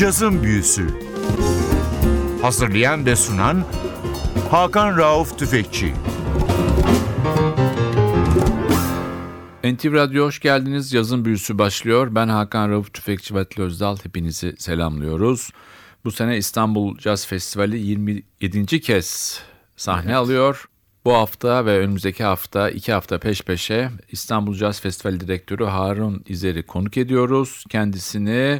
Cazın Büyüsü. Hazırlayan ve sunan Hakan Rauf Tüfekçi. NTV Radyo hoş geldiniz. Yazın Büyüsü başlıyor. Ben Hakan Rauf Tüfekçi ve Atli Özdal. Hepinizi selamlıyoruz. Bu sene İstanbul Caz Festivali 27. kez sahne alıyor. Bu hafta ve önümüzdeki hafta 2 hafta peş peşe İstanbul Caz Festivali Direktörü Harun İzer'i konuk ediyoruz. Kendisini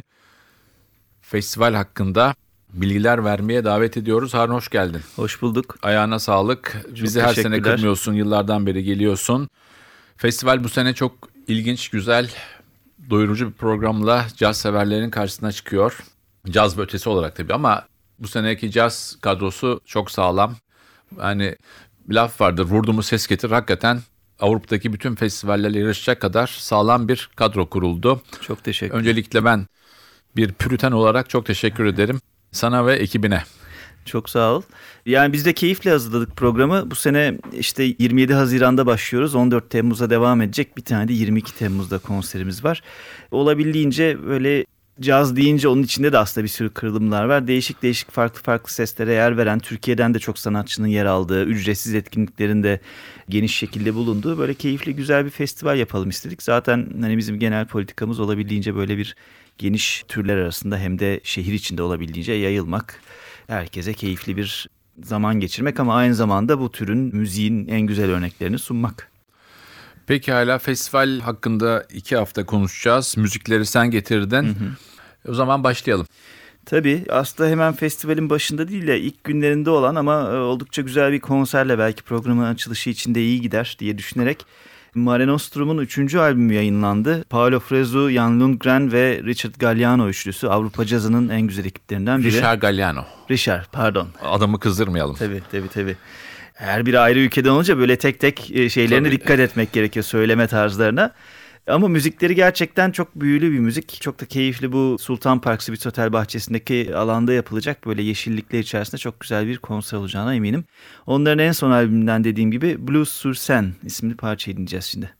festival hakkında bilgiler vermeye davet ediyoruz. Harun hoş geldin. Hoş bulduk. Ayağına sağlık. Bizi her sene kırmıyorsun. Yıllardan beri geliyorsun. Festival bu sene çok ilginç, güzel, doyurucu bir programla caz severlerin karşısına çıkıyor. Caz ve ötesi olarak tabii ama bu seneki caz kadrosu çok sağlam. Yani bir laf vardır, vurdu mu ses getir. Hakikaten Avrupa'daki bütün festivallerle yarışacak kadar sağlam bir kadro kuruldu. Çok teşekkür ederim. Öncelikle ben bir püriten olarak çok teşekkür ederim sana ve ekibine. Çok sağ ol. Yani biz de keyifle hazırladık programı. Bu sene işte 27 Haziran'da başlıyoruz. 14 Temmuz'a devam edecek. Bir tane de 22 Temmuz'da konserimiz var. Olabildiğince böyle caz deyince onun içinde de aslında bir sürü kırılımlar var. Değişik değişik farklı seslere yer veren, Türkiye'den de çok sanatçının yer aldığı, ücretsiz etkinliklerin de geniş şekilde bulunduğu böyle keyifli güzel bir festival yapalım istedik. Zaten hani bizim genel politikamız olabildiğince böyle bir geniş türler arasında hem de şehir içinde olabildiğince yayılmak. Herkese keyifli bir zaman geçirmek ama aynı zamanda bu türün müziğin en güzel örneklerini sunmak. Pekala, festival hakkında 2 hafta konuşacağız. Müzikleri sen getirdin. O zaman başlayalım. Tabii aslında hemen festivalin başında değil de ilk günlerinde olan ama oldukça güzel bir konserle belki programın açılışı için de iyi gider diye düşünerek Mare Nostrum'un 3. albümü yayınlandı. Paolo Fresu, Jan Lundgren ve Richard Galliano üçlüsü Avrupa cazının en güzel ekiplerinden biri. Richard, pardon. Adamı kızdırmayalım. Tabii. Her biri ayrı ülkeden olunca böyle tek şeylerine dikkat etmek gerekiyor, söyleme tarzlarına. Ama müzikleri gerçekten çok büyülü bir müzik. Çok da keyifli, bu Sultan Park Swiss Otel bahçesindeki alanda yapılacak böyle yeşillikler içerisinde çok güzel bir konser olacağına eminim. Onların en son albümünden dediğim gibi Blues sur Seine isimli parçayı dinleyeceğiz şimdi.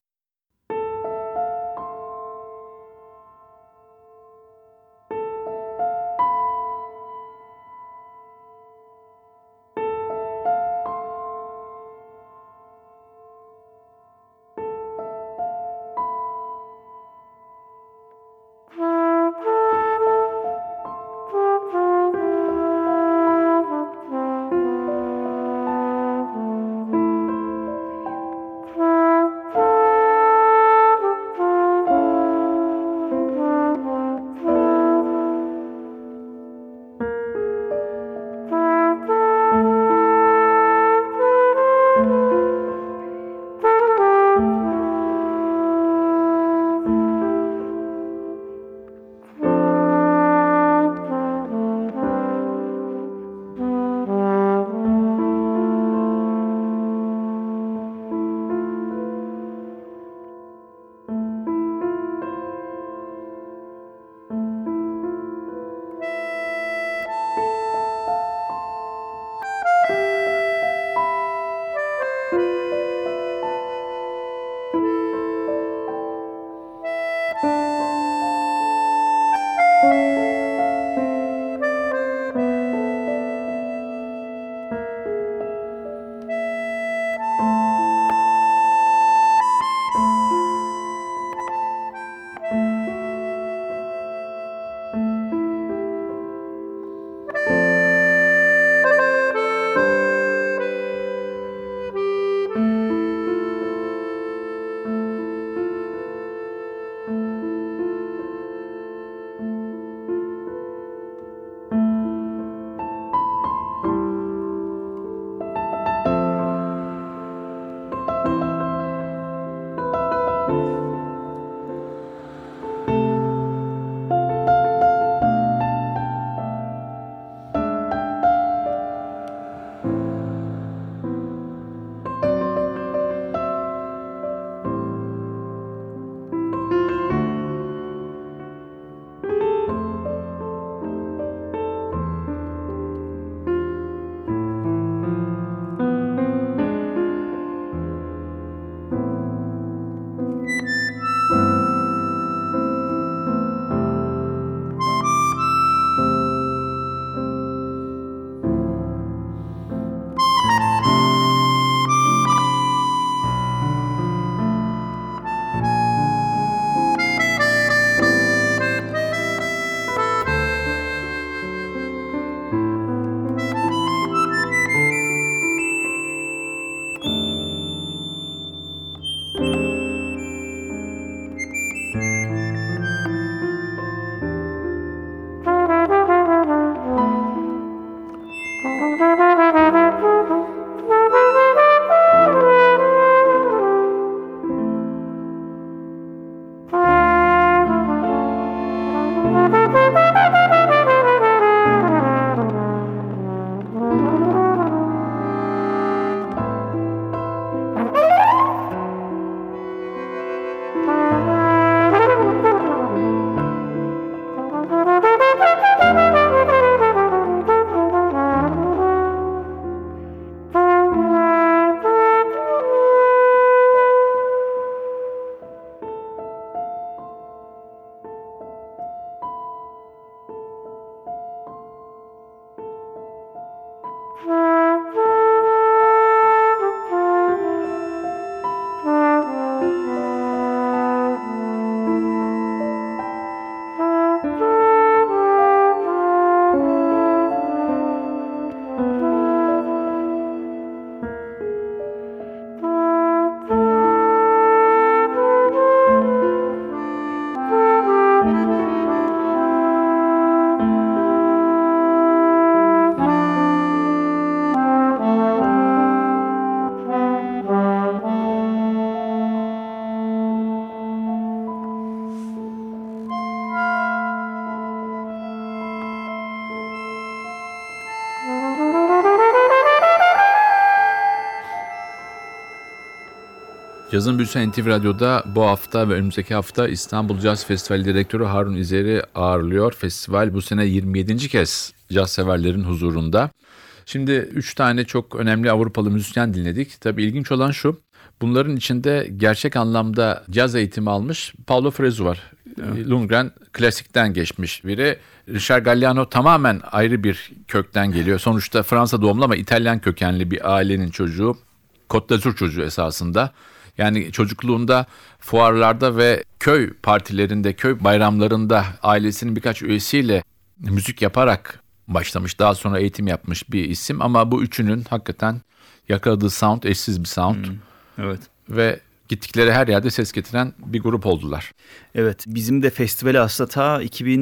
Yazın Büyüsü NTV Radyo'da bu hafta ve önümüzdeki hafta İstanbul Caz Festivali Direktörü Harun İzer'i ağırlıyor. Festival bu sene 27. kez caz severlerin huzurunda. Şimdi 3 tane çok önemli Avrupalı müzisyen dinledik. Tabii ilginç olan şu, bunların içinde gerçek anlamda caz eğitimi almış Paolo Fresu var. Evet. Lundgren klasikten geçmiş biri. Richard Galliano tamamen ayrı bir kökten geliyor. Sonuçta Fransa doğumlu ama İtalyan kökenli bir ailenin çocuğu. Côte d'Azur çocuğu esasında. Yani çocukluğunda fuarlarda ve köy partilerinde, köy bayramlarında ailesinin birkaç üyesiyle müzik yaparak başlamış. Daha sonra eğitim yapmış bir isim ama bu üçünün hakikaten yakaladığı sound eşsiz bir sound. Evet. Ve gittikleri her yerde ses getiren bir grup oldular. Evet, bizim de festivale aslında ta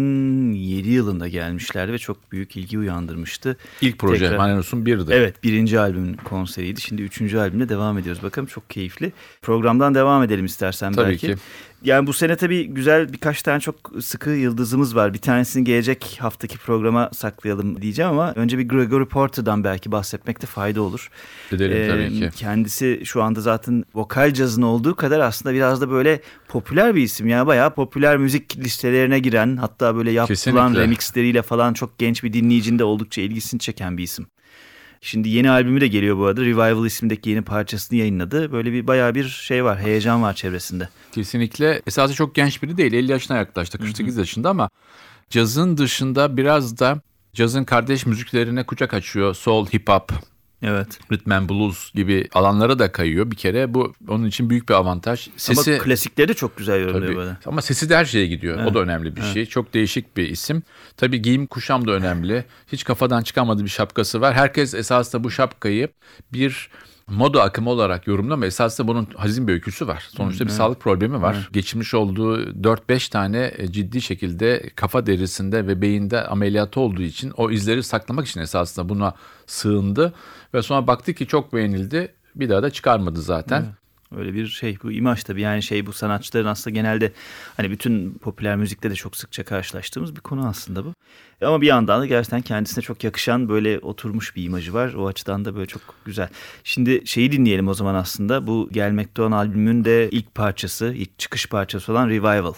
2007 yılında gelmişlerdi ve çok büyük ilgi uyandırmıştı. İlk proje Manenos'un 1'di. Evet, 1. albümün konseriydi. Şimdi 3. albümle devam ediyoruz. Bakalım, çok keyifli. Programdan devam edelim istersen tabii belki. Ki. Yani bu sene tabii güzel birkaç tane çok sıkı yıldızımız var. Bir tanesini gelecek haftaki programa saklayalım diyeceğim ama önce bir Gregory Porter'dan belki bahsetmekte fayda olur. Edelim tabii ki. Kendisi şu anda zaten vokal cazın olduğu kadar aslında biraz da böyle popüler bir isim. Yani bayağı popüler müzik listelerine giren, hatta böyle yapılan remixleriyle falan çok genç bir dinleyicinin de oldukça ilgisini çeken bir isim. Şimdi yeni albümü de geliyor bu arada. Revival ismindeki yeni parçasını yayınladı. Böyle bir bayağı bir şey var, heyecan var çevresinde. Kesinlikle. Esasında çok genç biri değil. 50 yaşına yaklaştı, 48 yaşında ama cazın dışında biraz da cazın kardeş müziklerine kucak açıyor. Soul, hip hop, evet, rhythm and blues gibi alanlara da kayıyor bir kere. Bu onun için büyük bir avantaj. Sesi, ama klasikleri de çok güzel yorumluyor böyle. Ama sesi de her şeye gidiyor. Evet. O da önemli bir şey. Çok değişik bir isim. Tabii giyim kuşam da önemli. Hiç kafadan çıkamadığı bir şapkası var. Herkes esasında bu şapkayı bir moda akımı olarak yorumluyor ama esasında bunun hazin bir öyküsü var. Sonuçta bir sağlık problemi var. Evet. Geçirmiş olduğu 4-5 tane ciddi şekilde kafa derisinde ve beyinde ameliyatı olduğu için o izleri saklamak için esasında buna sığındı. Ve sonra baktı ki çok beğenildi. Bir daha da çıkarmadı zaten. Evet. Öyle bir şey, bu imaj tabii, yani bu sanatçıların aslında genelde hani bütün popüler müzikte de çok sıkça karşılaştığımız bir konu aslında bu. Ama bir yandan da gerçekten kendisine çok yakışan böyle oturmuş bir imajı var. O açıdan da böyle çok güzel. Şimdi şeyi dinleyelim o zaman aslında. Bu gelmekte olan albümün de ilk parçası, ilk çıkış parçası olan Revival.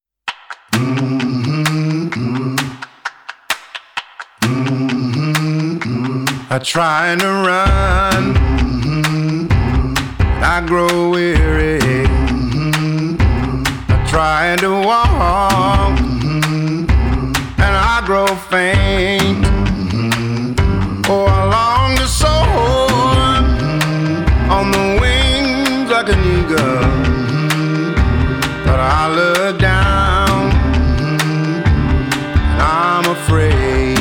I try to run, I grow weary. I try to walk, and I grow faint. Oh, I long to soar on the wings like an eagle, but I look down, and I'm afraid.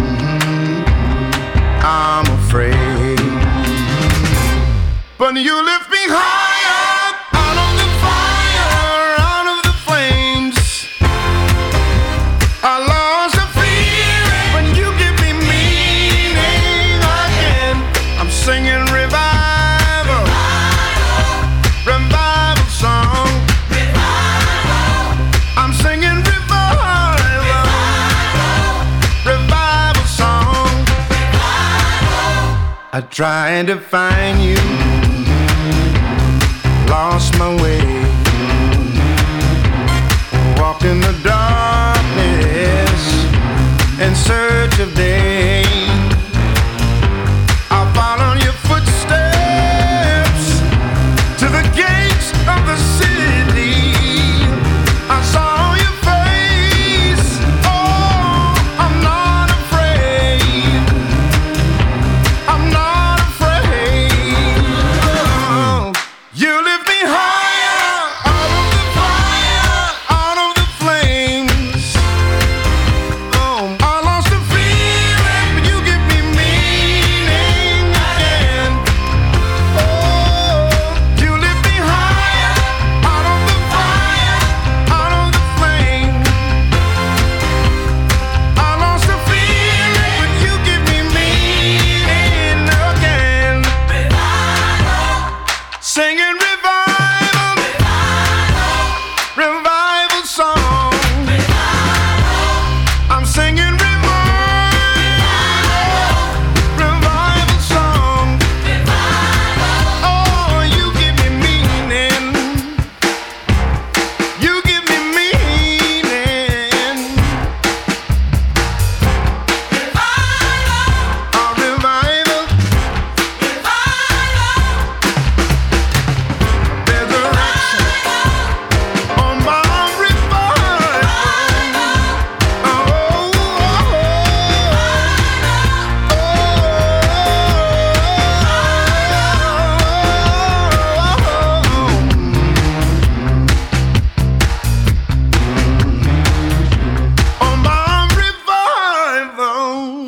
I'm afraid. But you lift me higher, out of the fire, out of the flames. I lost the feeling, but you give me meaning again. I'm singing revival, revival song. I'm singing revival, revival song. I tried to find you, lost my way, walked in the darkness in search of day. I followed your footsteps to the gates of the city. I saw your face. Oh, I'm not afraid. I'm not afraid. Oh, you lift me higher, out of the fire, out of the flames. Oh, I lost the feeling.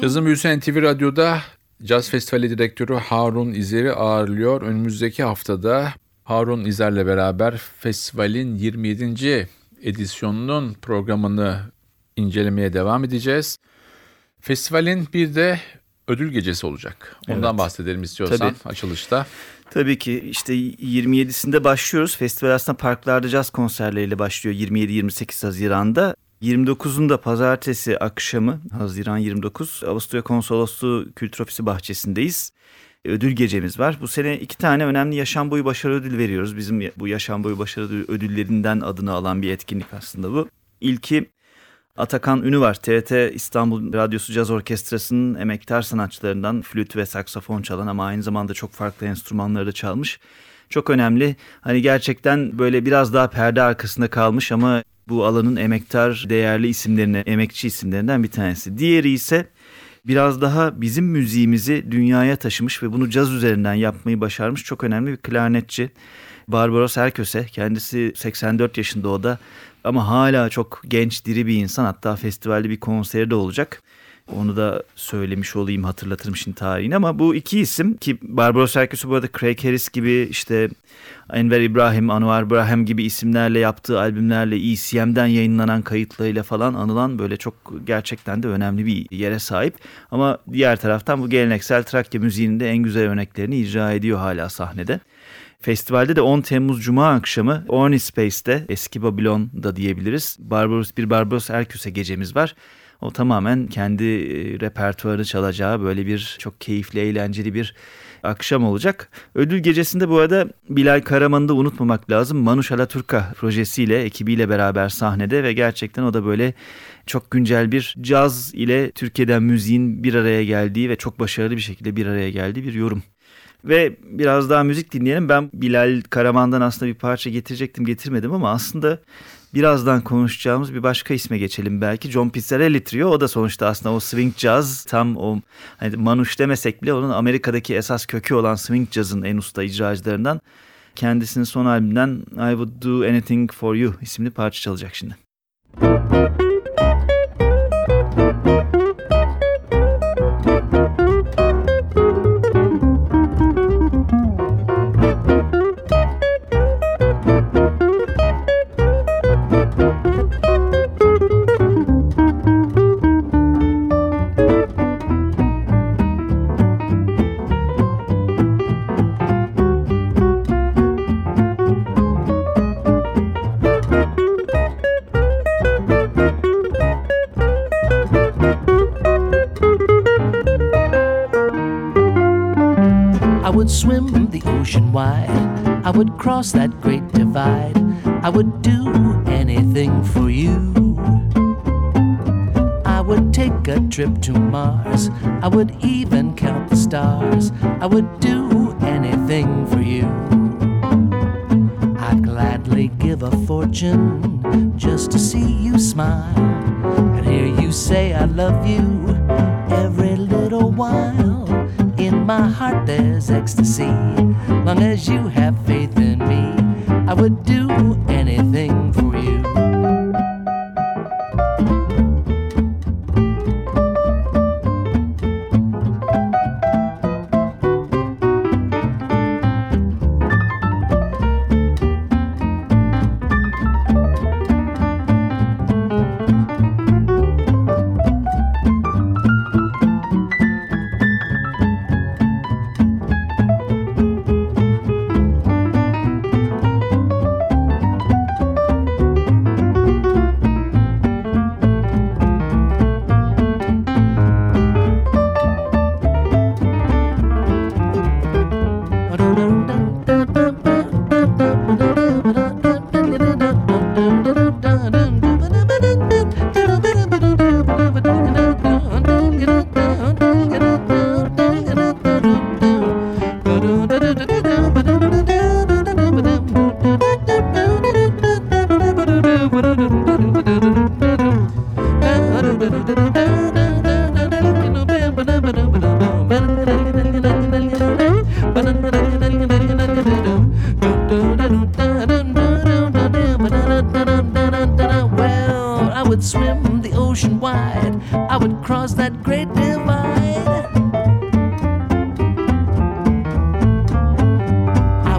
Yazın Büyüsü NTV Radyo'da Caz Festivali Direktörü Harun İzer'i ağırlıyor. Önümüzdeki haftada Harun İzer'le beraber festivalin 27. edisyonunun programını incelemeye devam edeceğiz. Festivalin bir de ödül gecesi olacak. Ondan bahsedelim istiyorsan açılışta. Tabii ki işte 27'sinde başlıyoruz. Festival aslında parklarda caz konserleriyle başlıyor 27-28 Haziran'da. 29'unda pazartesi akşamı Haziran 29 Avusturya Konsolosluğu Kültür Ofisi bahçesindeyiz. Ödül gecemiz var. Bu sene 2 tane önemli yaşam boyu başarı ödül veriyoruz. Bizim bu yaşam boyu başarı ödüllerinden adını alan bir etkinlik aslında bu. İlki Atakan Ünü var. TRT İstanbul Radyosu Caz Orkestrası'nın emektar sanatçılarından flüt ve saksafon çalan ama aynı zamanda çok farklı enstrümanları da çalmış. Çok önemli. Hani gerçekten böyle biraz daha perde arkasında kalmış ama bu alanın emektar değerli isimlerinden, emekçi isimlerinden bir tanesi. Diğeri ise biraz daha bizim müziğimizi dünyaya taşımış ve bunu caz üzerinden yapmayı başarmış çok önemli bir klarnetçi. Barbaros Erköse, kendisi 84 yaşında o da ama hala çok genç, diri bir insan. Hatta festivalde bir konseri de olacak. Onu da söylemiş olayım, hatırlatırım şimdi tarihini. Ama bu iki isim ki Barbaros Erköse bu arada Craig Harris gibi işte Enver İbrahim, Anwar Ibrahim gibi isimlerle yaptığı albümlerle ECM'den yayınlanan kayıtlarıyla falan anılan böyle çok gerçekten de önemli bir yere sahip. Ama diğer taraftan bu geleneksel Trakya müziğinin de en güzel örneklerini icra ediyor hala sahnede. Festivalde de 10 Temmuz Cuma akşamı Orny Space'te, eski Babilon'da diyebiliriz, Barbaros Erköse gecemiz var. O tamamen kendi repertuarını çalacağı böyle bir çok keyifli, eğlenceli bir akşam olacak. Ödül gecesinde bu arada Bilal Karaman'ı da unutmamak lazım. Manuş Alaturka projesiyle, ekibiyle beraber sahnede ve gerçekten o da böyle çok güncel bir caz ile Türkiye'den müziğin bir araya geldiği ve çok başarılı bir şekilde bir araya geldiği bir yorum. Ve biraz daha müzik dinleyelim. Ben Bilal Karaman'dan aslında bir parça getirmedim ama aslında birazdan konuşacağımız bir başka isme geçelim belki. John Pizzarelli Trio. O da sonuçta aslında o swing jazz, tam o hani Manuş demesek bile onun Amerika'daki esas kökü olan swing jazz'ın en usta icracılarından. Kendisinin son albümünden I Would Do Anything For You isimli parça çalacak şimdi. I would swim the ocean wide, I would cross that great divide, I would do anything for you. I would take a trip to Mars, I would even count the stars, I would do anything for you. I'd gladly give a fortune just to see you smile and hear you say I love you every little while. In my heart there's ecstasy, long as you have faith in me, I would do anything for you.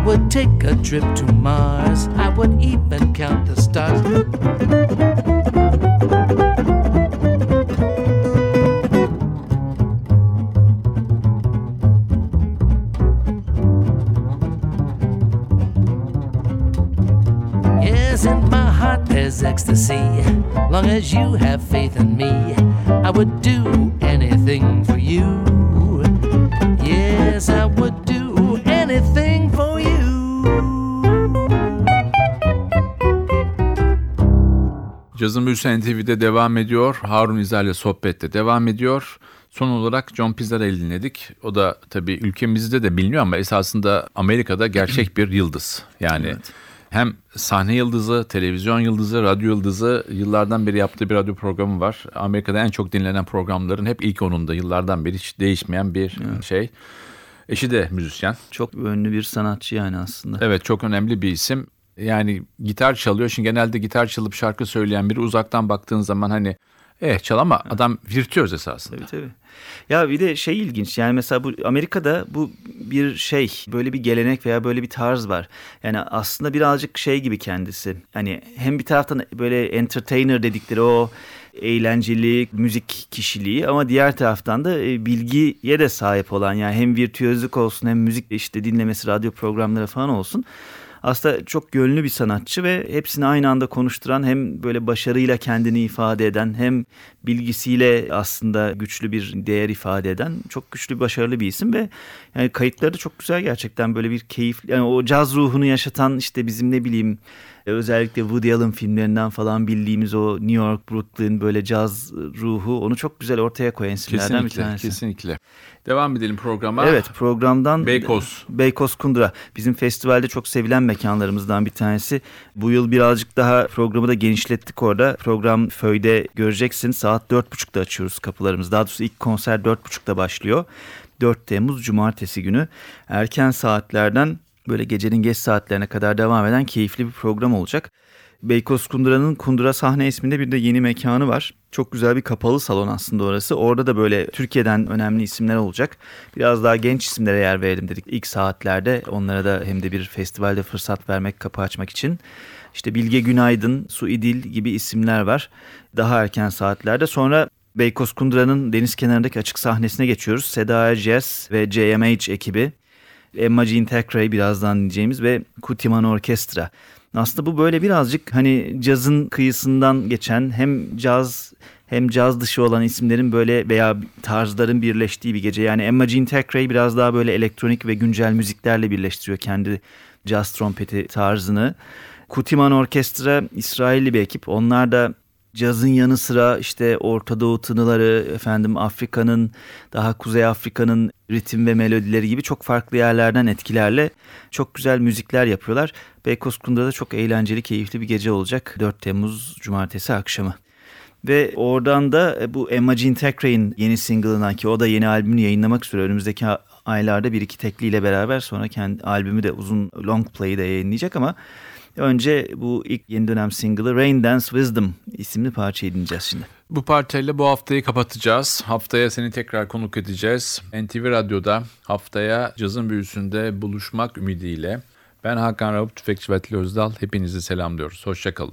would take a trip to Mars. I would even count the stars. Yes, in my heart there's ecstasy. Long as you have faith in me, I would do anything for you. Yes, I would do anything for you. Cazın Büyüsü NTV'de devam ediyor. Harun İzel ile sohbette devam ediyor. Son olarak John Pizzarelli dinledik. O da tabii ülkemizde de biliniyor ama esasında Amerika'da gerçek bir yıldız. Yani Evet. hem sahne yıldızı, televizyon yıldızı, radyo yıldızı, yıllardan beri yaptığı bir radyo programı var. Amerika'da en çok dinlenen programların hep ilk onunda, yıllardan beri hiç değişmeyen bir şey. Eşi de müzisyen. Çok ünlü bir sanatçı yani aslında. Evet, çok önemli bir isim. Yani gitar çalıyor. Şimdi genelde gitar çalıp şarkı söyleyen biri uzaktan baktığın zaman hani çal ama adam virtüöz esasında. Tabii. Ya bir de şey ilginç, yani mesela bu Amerika'da bu bir şey, böyle bir gelenek veya böyle bir tarz var. Yani aslında birazcık şey gibi kendisi. Hani hem bir taraftan böyle entertainer dedikleri o eğlenceli müzik kişiliği ama diğer taraftan da bilgiye de sahip olan, yani hem virtüözlük olsun hem müzik işte dinlemesi, radyo programları falan olsun. Aslında çok gönüllü bir sanatçı ve hepsini aynı anda konuşturan, hem böyle başarıyla kendini ifade eden hem bilgisiyle aslında güçlü bir değer ifade eden çok güçlü, başarılı bir isim ve yani kayıtları da çok güzel gerçekten, böyle bir keyifli, yani o caz ruhunu yaşatan, işte bizim ne bileyim özellikle Woody Allen filmlerinden falan bildiğimiz o New York, Brooklyn böyle caz ruhu, onu çok güzel ortaya koyan isimlerden bir tanesi. Kesinlikle. Devam edelim programa. Evet, programdan Beykoz Kundura bizim festivalde çok sevilen mekanlarımızdan bir tanesi. Bu yıl birazcık daha programı da genişlettik orada. Program Föy'de göreceksin, saat 4.30'da açıyoruz kapılarımızı. Daha doğrusu ilk konser 4.30'da başlıyor. 4 Temmuz Cumartesi günü erken saatlerden böyle gecenin geç saatlerine kadar devam eden keyifli bir program olacak. Beykoz Kundura'nın Kundura Sahne isminde bir de yeni mekanı var. Çok güzel bir kapalı salon aslında orası. Orada da böyle Türkiye'den önemli isimler olacak. Biraz daha genç isimlere yer verelim dedik ilk saatlerde. Onlara da hem de bir festivalde fırsat vermek, kapı açmak için. İşte Bilge Günaydın, Su İdil gibi isimler var. Daha erken saatlerde. Sonra Beykoz Kundura'nın deniz kenarındaki açık sahnesine geçiyoruz. Seda Erciyes ve JMH ekibi. Emma Jean Thackeray birazdan dinleyeceğimiz ve Kutiman Orkestra. Aslında bu böyle birazcık hani cazın kıyısından geçen, hem caz hem caz dışı olan isimlerin böyle veya tarzların birleştiği bir gece. Yani Emma Jean Thackeray biraz daha böyle elektronik ve güncel müziklerle birleştiriyor kendi caz trompeti tarzını. Kutiman Orkestra İsrailli bir ekip. Onlar da cazın yanı sıra işte Orta Doğu tınıları, Afrika'nın, daha Kuzey Afrika'nın ritim ve melodileri gibi çok farklı yerlerden etkilerle çok güzel müzikler yapıyorlar. Beykoz Kundura'da çok eğlenceli, keyifli bir gece olacak 4 Temmuz Cumartesi akşamı. Ve oradan da bu Emma Jean Thackeray'in yeni single'ından, ki o da yeni albümünü yayınlamak üzere önümüzdeki aylarda 1-2 tekliyle beraber, sonra kendi albümü de uzun long play'i de yayınlayacak ama önce bu ilk yeni dönem single'ı Rain Dance Wisdom isimli parçayı dinleyeceğiz şimdi. Bu parçayla bu haftayı kapatacağız. Haftaya seni tekrar konuk edeceğiz. NTV Radyo'da haftaya Cazın Büyüsü'nde buluşmak ümidiyle. Ben Hakan Rauf Tüfekçi ve Atilla Özdal. Hepinizi selamlıyoruz. Hoşçakalın.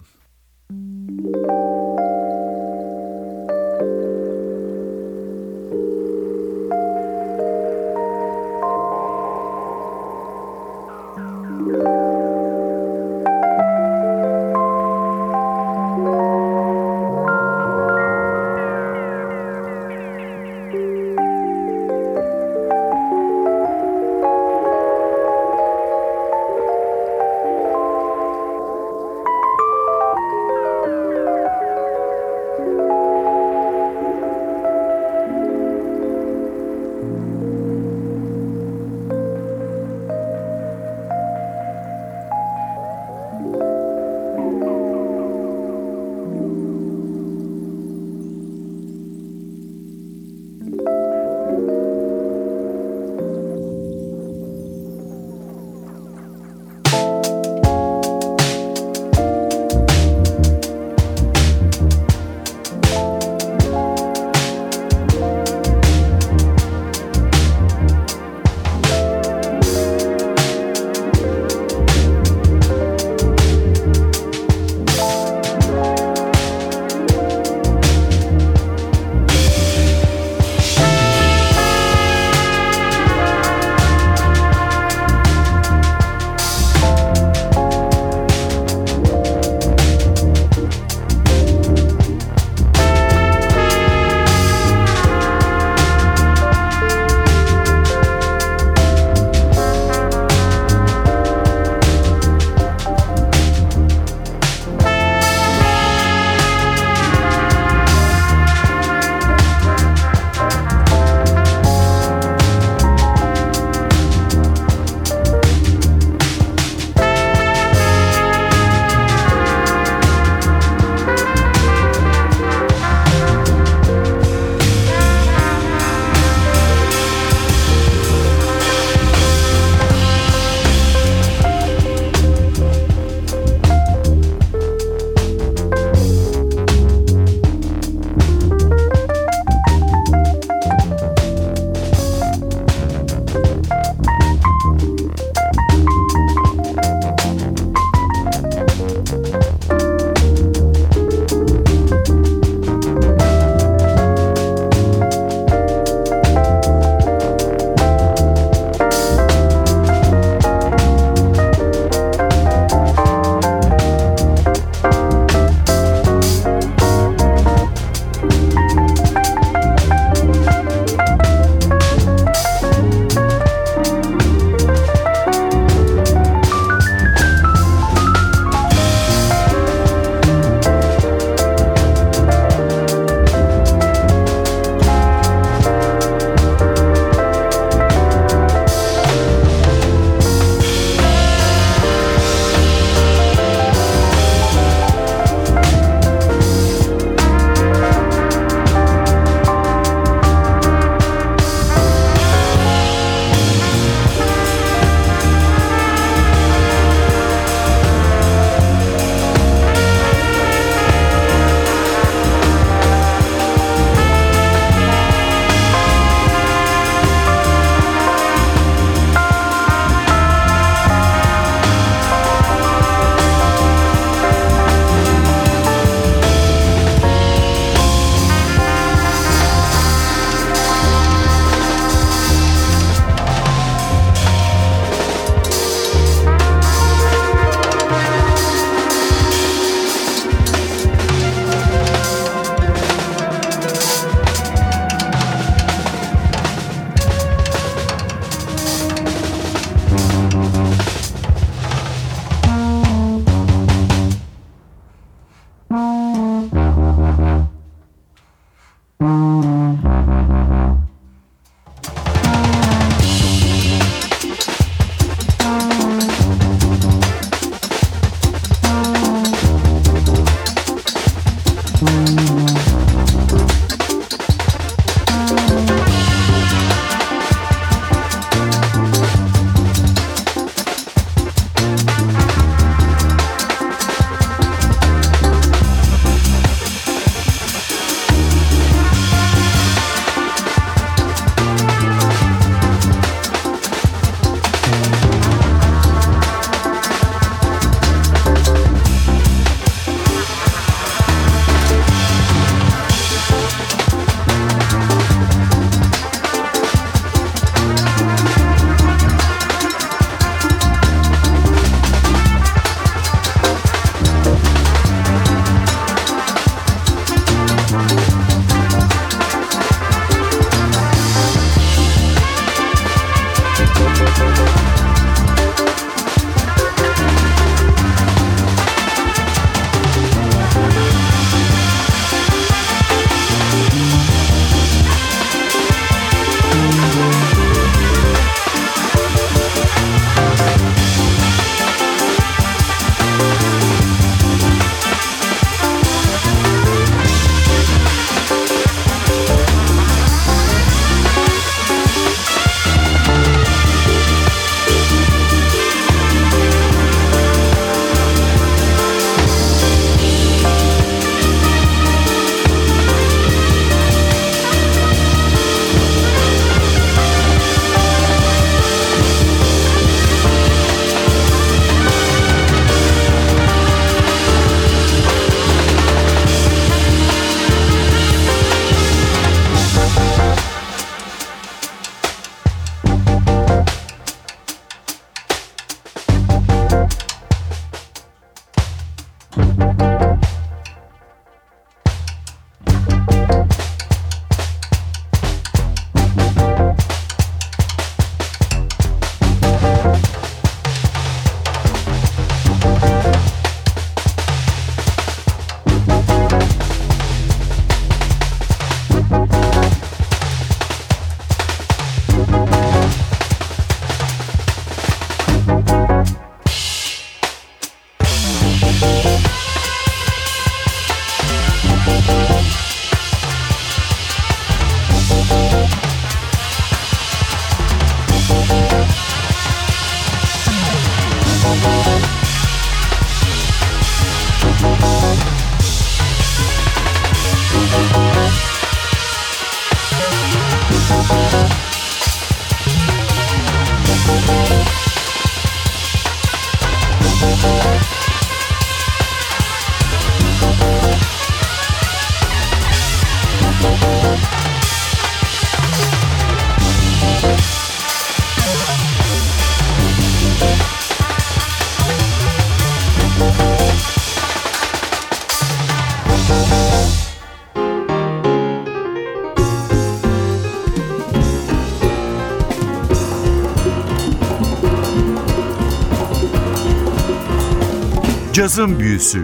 Cazın Büyüsü.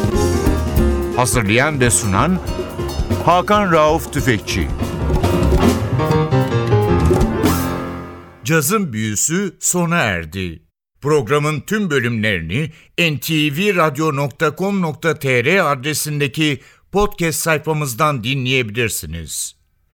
Hazırlayan ve sunan Hakan Rauf Tüfekçi. Cazın Büyüsü sona erdi. Programın tüm bölümlerini ntvradio.com.tr adresindeki podcast sayfamızdan dinleyebilirsiniz.